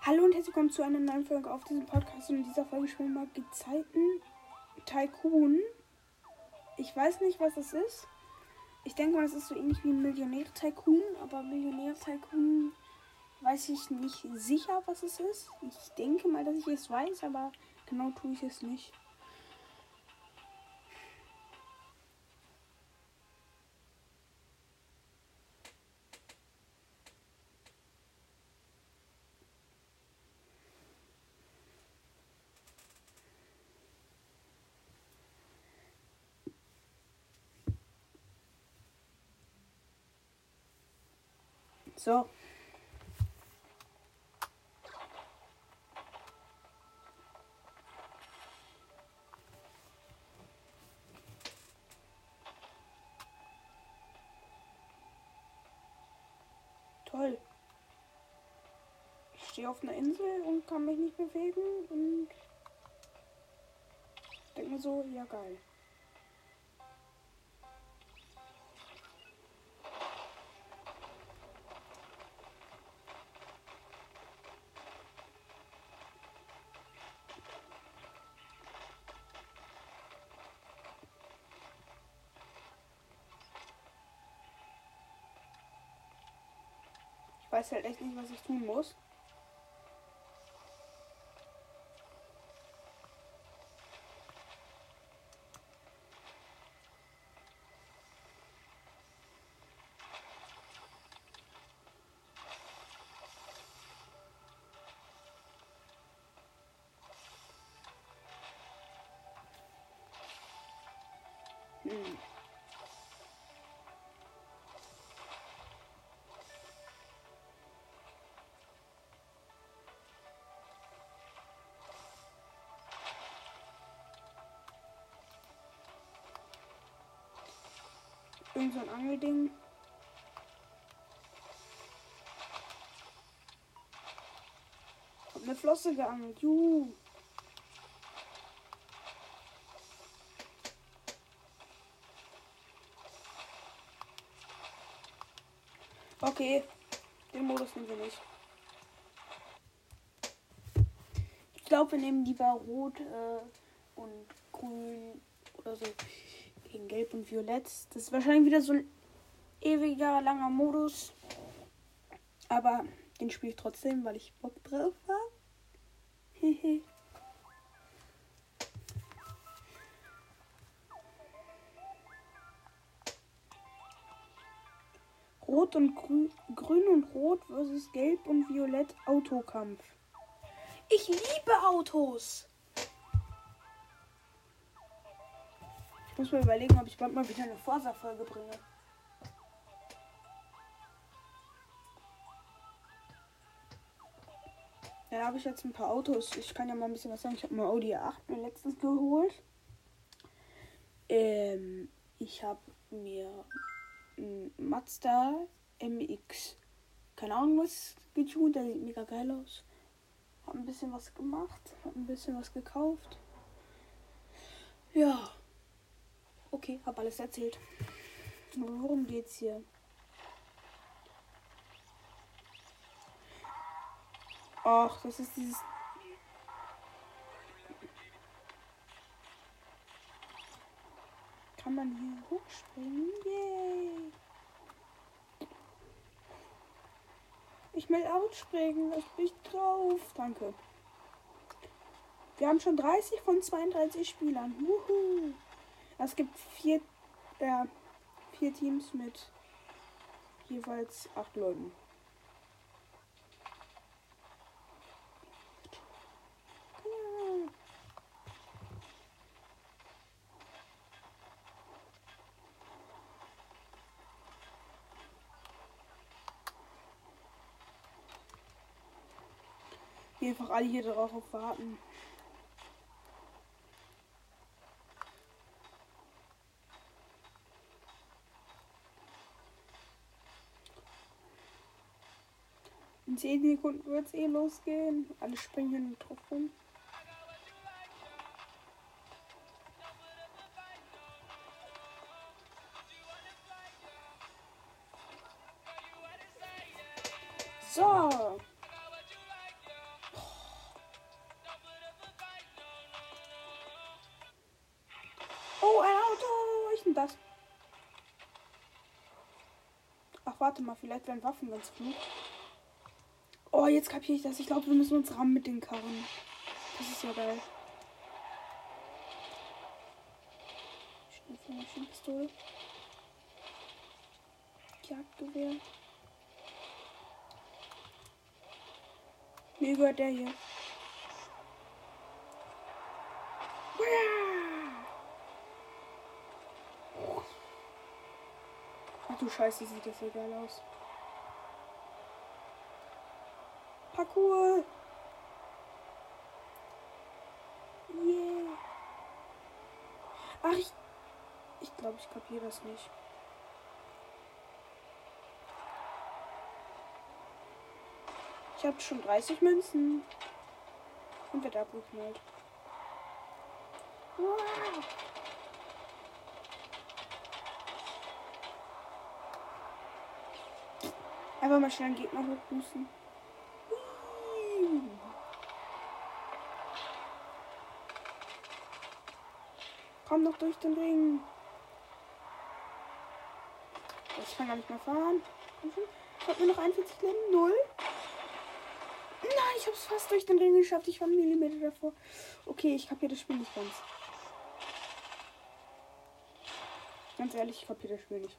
Hallo und herzlich willkommen zu einer neuen Folge auf diesem Podcast. Und in dieser Folge spielen wir mal Gezeiten Tycoon. Ich weiß nicht, was das ist. Ich denke mal, es ist so ähnlich wie Millionär-Tycoon. Aber Millionär-Tycoon weiß ich nicht sicher, was es ist. Ich denke mal, dass ich es weiß, aber genau tue ich es nicht. So. Toll. Ich stehe auf einer Insel und kann mich nicht bewegen und denke mir so, ja geil. Ich weiß halt echt nicht, was ich tun muss. Irgend so ein Angelding. Hab eine Flosse geangelt. Juhu. Okay, den Modus nehmen wir nicht. Ich glaube, wir nehmen lieber Rot und Grün oder so gegen Gelb und Violett. Das ist wahrscheinlich wieder so ein ewiger, langer Modus. Aber den spiele ich trotzdem, weil ich Bock drauf habe. Hehe. Rot und Grün und Rot versus Gelb und Violett Autokampf. Ich liebe Autos. Ich muss mir überlegen, ob ich bald mal wieder eine Forsa-Folge bringe. Ja, da habe ich jetzt ein paar Autos. Ich kann ja mal ein bisschen was sagen. Ich habe mir Audi A8 mir letztens geholt. Ich habe mir ein Mazda MX, keine Ahnung was, getunt. Der sieht mega geil aus. Hab ein bisschen was gemacht. Hab ein bisschen was gekauft. Ja. Okay, hab alles erzählt. Worum geht's hier? Ach, das ist dieses... Kann man hier hochspringen? Yay! Ich will outspringen. Lass mich drauf. Danke. Wir haben schon 30 von 32 Spielern. Wuhu! Es gibt vier Teams mit jeweils 8 Leuten. Ja. Wir einfach alle hier darauf warten. In 10 Sekunden wird es losgehen. Alle springen hier drauf rum. So. denn das? Ach, warte mal, vielleicht werden Waffen ganz gut. Oh, jetzt kapiere ich das. Ich glaube, wir müssen uns rammen mit den Karren. Das ist ja geil. Maschinenpistole. Jagdgewehr. Mir gehört der hier. Ach du Scheiße, sieht das so geil aus. Parkour. Yeah. Ach, ich glaube, ich kapiere das nicht. Ich habe schon 30 Münzen. Und wird abgeknallt. Wow. Einfach mal schnell einen Gegner hochboosten. Komm noch durch den Ring. Ich kann gar nicht mehr fahren. Ich habe nur noch 41 Leben. 0. Nein, ich habe es fast durch den Ring geschafft. Ich war einen Millimeter davor. Okay, ich kapiere das Spiel nicht ganz. Ganz ehrlich, ich kapiere das Spiel nicht.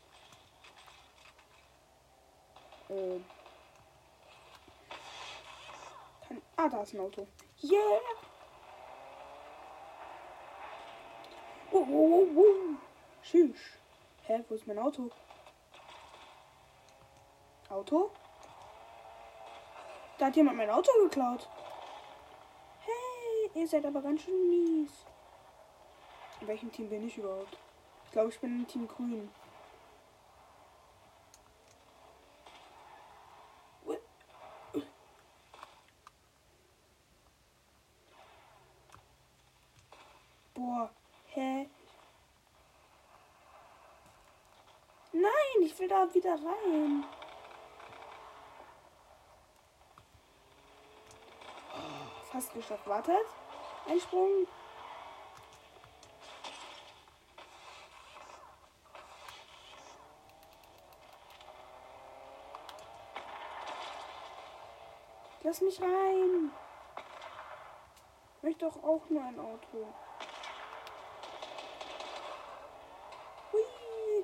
Da ist ein Auto. Yeah! Tschüss. Hä, wo ist mein Auto? Auto? Da hat jemand mein Auto geklaut. Hey, ihr seid aber ganz schön mies. In welchem Team bin ich überhaupt? Ich glaube, ich bin im Team Grün. Boah, hä? Nein, ich will da wieder rein. Fast geschafft. Wartet. Einsprung. Lass mich rein. Ich möchte doch auch nur ein Auto. Hui.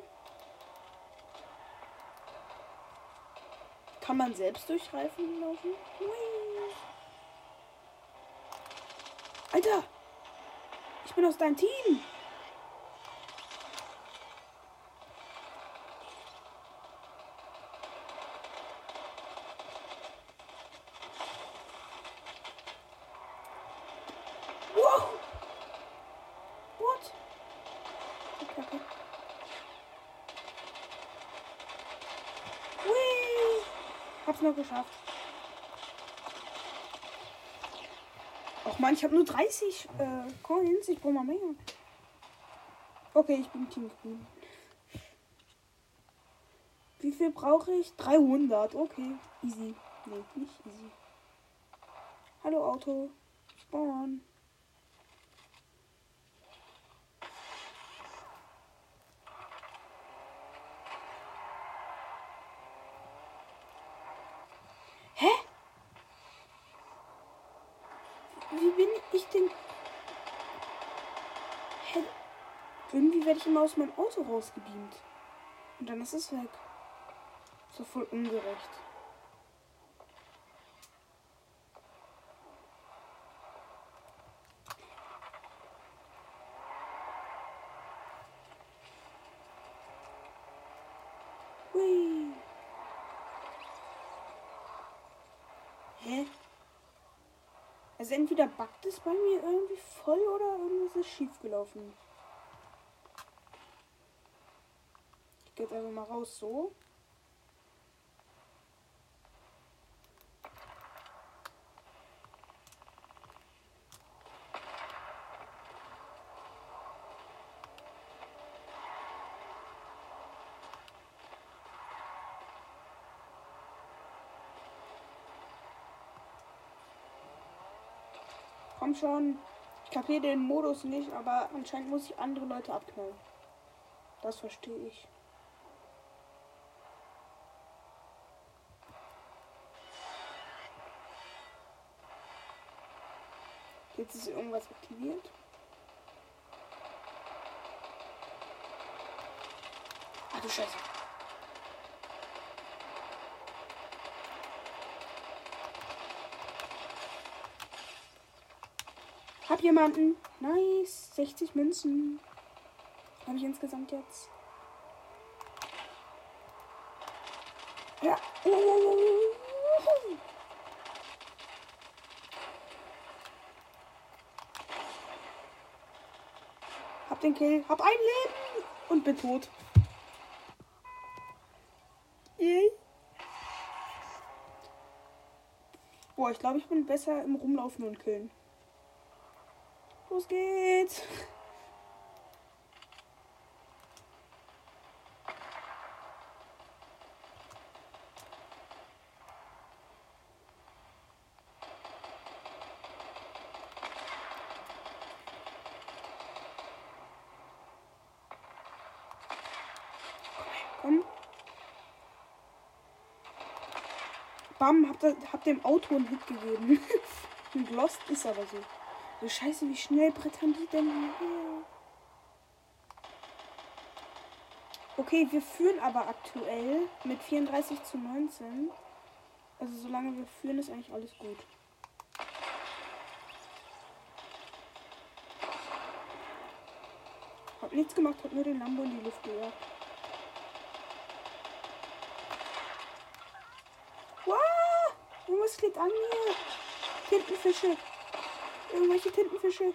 Kann man selbst durch Reifen laufen? Hui. Alter! Ich bin aus deinem Team! Wow! What? Okay. Hui! Hab's noch geschafft. Och man, ich habe nur 30 Coins. Ich brauche mal mehr. Okay, ich bin Team Grün. Wie viel brauche ich? 300. Okay, easy. Nee, nicht easy. Hallo Auto. Spawn. Hä? Wie bin ich denn? Hä? Irgendwie werde ich immer aus meinem Auto rausgebeamt. Und dann ist es weg. So voll ungerecht. Hui. Hä? Also entweder buggt es bei mir irgendwie voll oder irgendwas ist schief gelaufen. Ich gehe jetzt einfach mal raus so. Komm schon. Ich kapiere den Modus nicht, aber anscheinend muss ich andere Leute abknallen. Das verstehe ich. Jetzt ist irgendwas aktiviert. Ach du Scheiße. Hab jemanden. Nice. 60 Münzen. Habe ich insgesamt jetzt. Ja. Hab den Kill. Hab ein Leben. Und bin tot. Yay. Boah, ich glaube, ich bin besser im Rumlaufen und Killen. Los geht's. Komm. Bam, hab dem Auto einen Hit gegeben. Und Lost ist aber so. So scheiße, wie schnell brettern die denn her? Okay, wir führen aber aktuell mit 34:19. Also solange wir führen, ist eigentlich alles gut. Hab nichts gemacht, hab nur den Lambo in die Luft gejagt. Wow! Irgendwas klebt an mir. Tintenfische. Irgendwelche Tintenfische.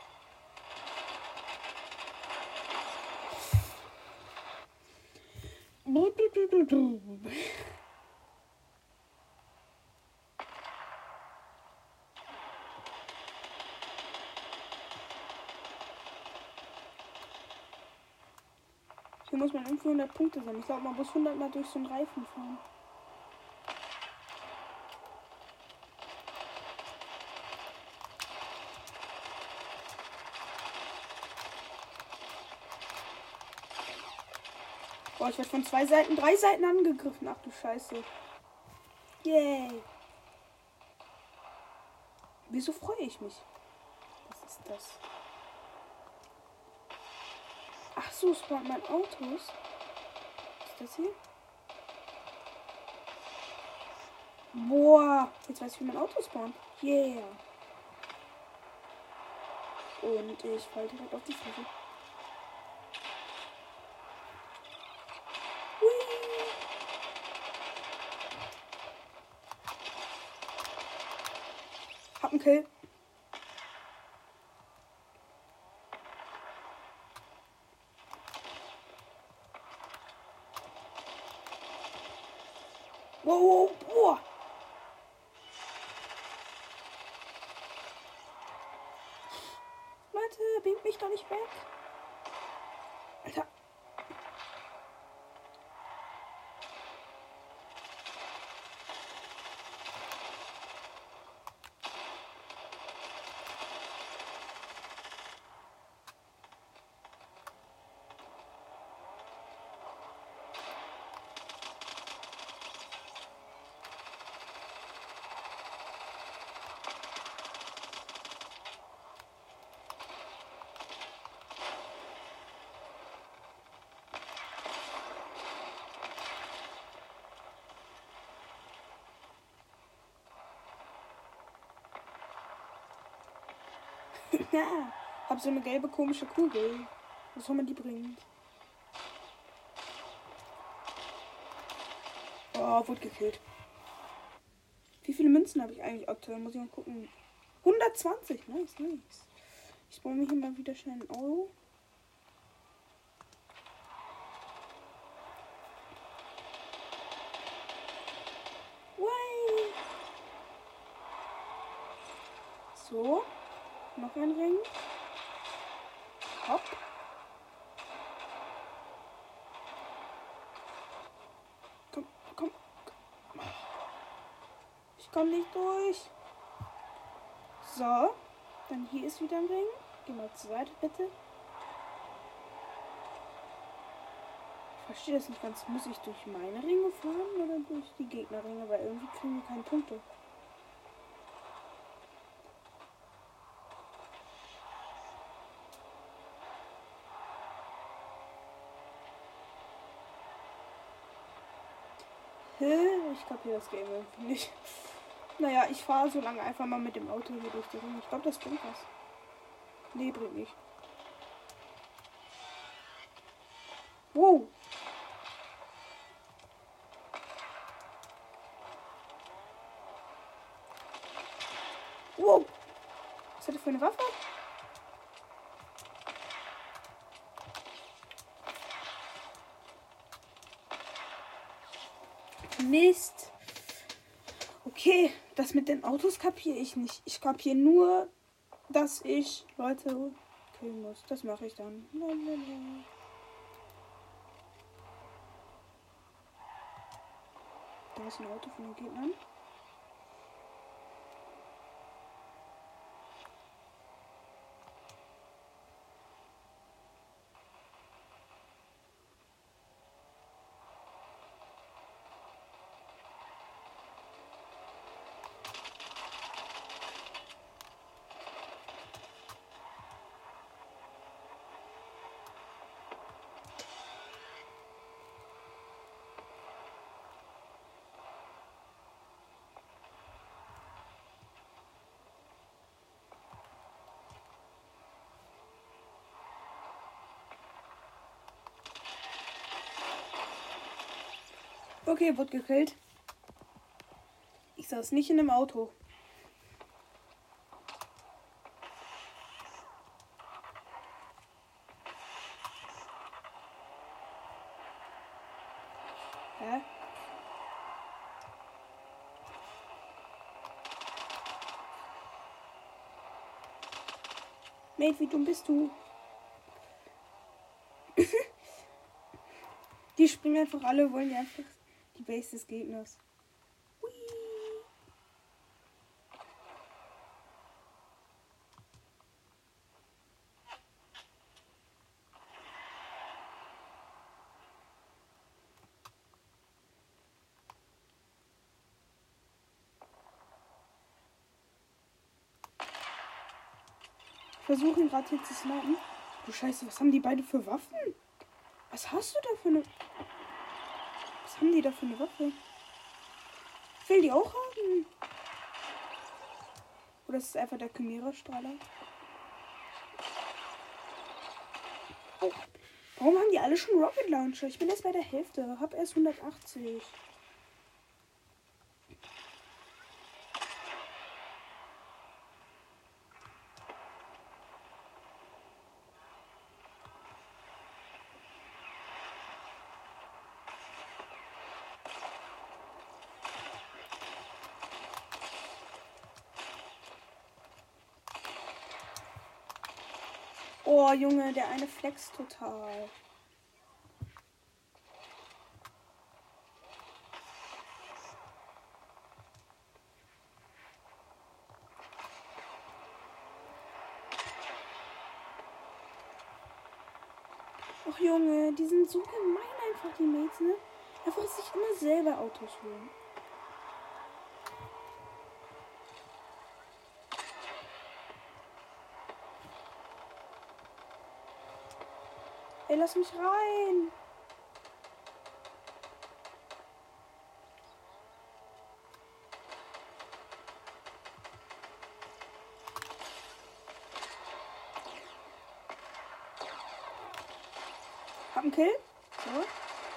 Hier muss man irgendwie 100 Punkte sammeln. Ich glaube, man muss 100 Mal durch so einen Reifen fahren. Boah, ich werde von 3 Seiten angegriffen. Ach du Scheiße. Yay. Wieso freue ich mich? Was ist das? Ach so, spawnt man Autos. Was ist das hier? Boah, jetzt weiß ich, wie man Autos spawnt. Yeah. Und ich falle direkt auf die Fresse. Hab einen Kill. Wow, boah. Leute, beamt mich doch nicht weg. Alter. Ja, hab so eine gelbe komische Kugel. Was soll man die bringen? Oh, wurde gekillt. Wie viele Münzen habe ich eigentlich aktuell? Muss ich mal gucken. 120. Nice, nice. Ich baue mir hier mal wieder schnell einen Euro. Way. So. Noch ein Ring. Hopp. Komm, komm. Ich komme nicht durch. So. Dann hier ist wieder ein Ring. Geh mal zur Seite, bitte. Verstehe das nicht ganz. Muss ich durch meine Ringe fahren oder durch die Gegnerringe? Weil irgendwie kriegen wir keine Punkte. Ich kapiere das Game irgendwie nicht. Naja, ich fahre so lange einfach mal mit dem Auto hier durch die Ringe. Ich glaube, das bringt was. Nee, bringt nicht. Wow. Wow. Was hat er für eine Waffe? Mist. Okay, das mit den Autos kapiere ich nicht. Ich kapiere nur, dass ich Leute killen muss. Das mache ich dann. Lalalala. Da ist ein Auto von den Gegnern. Okay, wird gekillt. Ich saß nicht in einem Auto. Hä? Mate, wie dumm bist du? Die springen einfach alle, wollen ja einfach die Base des Gegners. Hui. Versuchen gerade hier zu snipen. Du Scheiße, was haben die beide für Waffen? Was hast du da für eine... Was haben die da für eine Waffe? Ich will die auch haben. Oder ist es einfach der Chimera-Strahler? Oh. Warum haben die alle schon Rocket Launcher? Ich bin erst bei der Hälfte. Hab erst 180. Oh, Junge, der eine flex total. Och, Junge, die sind so gemein einfach, die Mates, ne? Einfach sich immer selber Autos holen. Ey, lass mich rein. Hab einen Kill. So.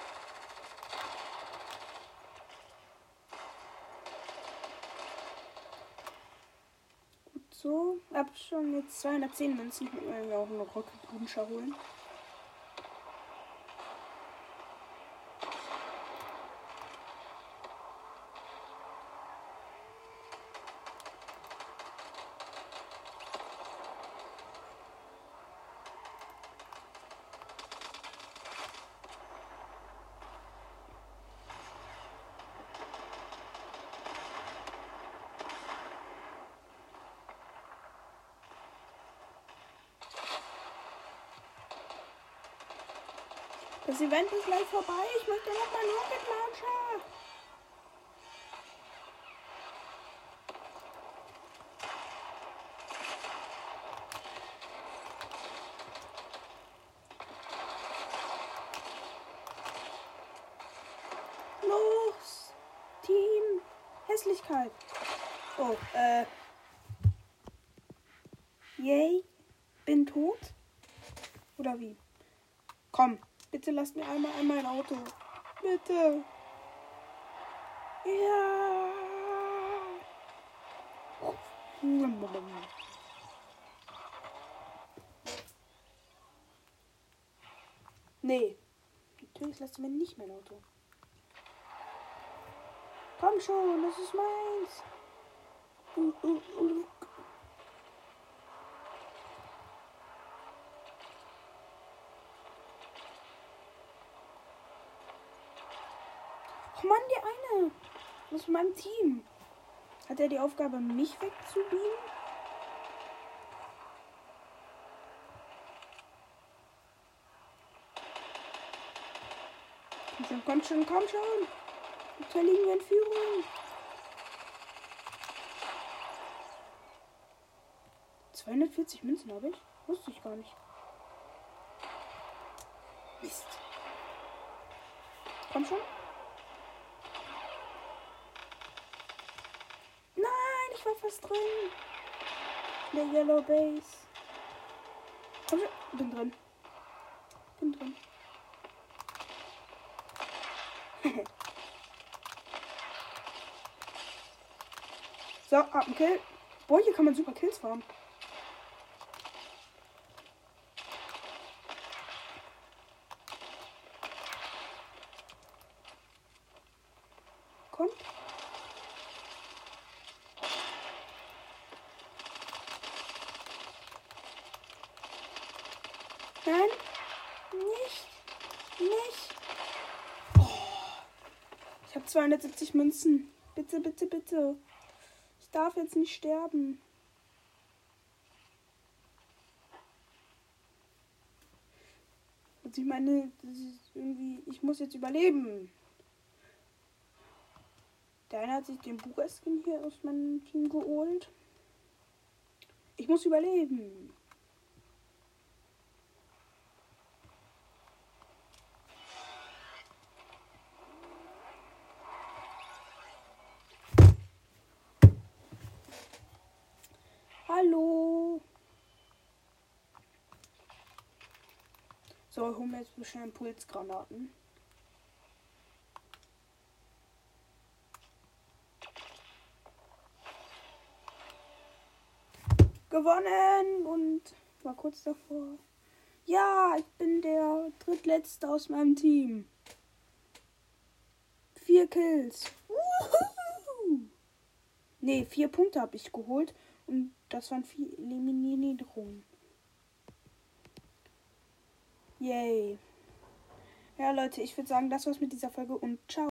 Gut so. Hab schon jetzt 210 Münzen. Ich muss mir auch eine Rocket Launcher holen. Das Event ist gleich vorbei. Ich möchte noch meinen Rocket Launcher. Los! Team Hässlichkeit. Oh, Yay. Bin tot? Oder wie? Komm, bitte lasst mir einmal an mein Auto. Bitte. Ja. Nee. Natürlich lasst ihr mir nicht mein Auto. Komm schon, das ist meins. Oh Mann, der eine. Das ist mein Team. Hat er die Aufgabe, mich wegzubeamen? Komm schon, komm schon. Jetzt liegen wir in Führung. 240 Münzen habe ich? Wusste ich gar nicht. Mist. Komm schon. Nein, ich war fast drin. Der Yellow Base. Komm schon. Bin drin. Bin drin. So, ab ein Kill. Boah, hier kann man super Kills farmen. Kommt. Nein. Nicht. Oh. Ich habe 270 Münzen. Bitte, bitte, bitte. Ich darf jetzt nicht sterben. Also ich meine, das ist irgendwie, ich muss jetzt überleben. Der eine hat sich den Bucher-Skin hier aus meinem Team geholt. Ich muss überleben. Hallo. So, holen wir jetzt schnell Impulsgranaten. Gewonnen und war kurz davor. Ja, ich bin der drittletzte aus meinem Team. 4 Kills. Woohoo! Ne, 4 Punkte habe ich geholt und das waren 4 Eliminierungen. Yay. Ja, Leute, ich würde sagen, das war's mit dieser Folge und ciao.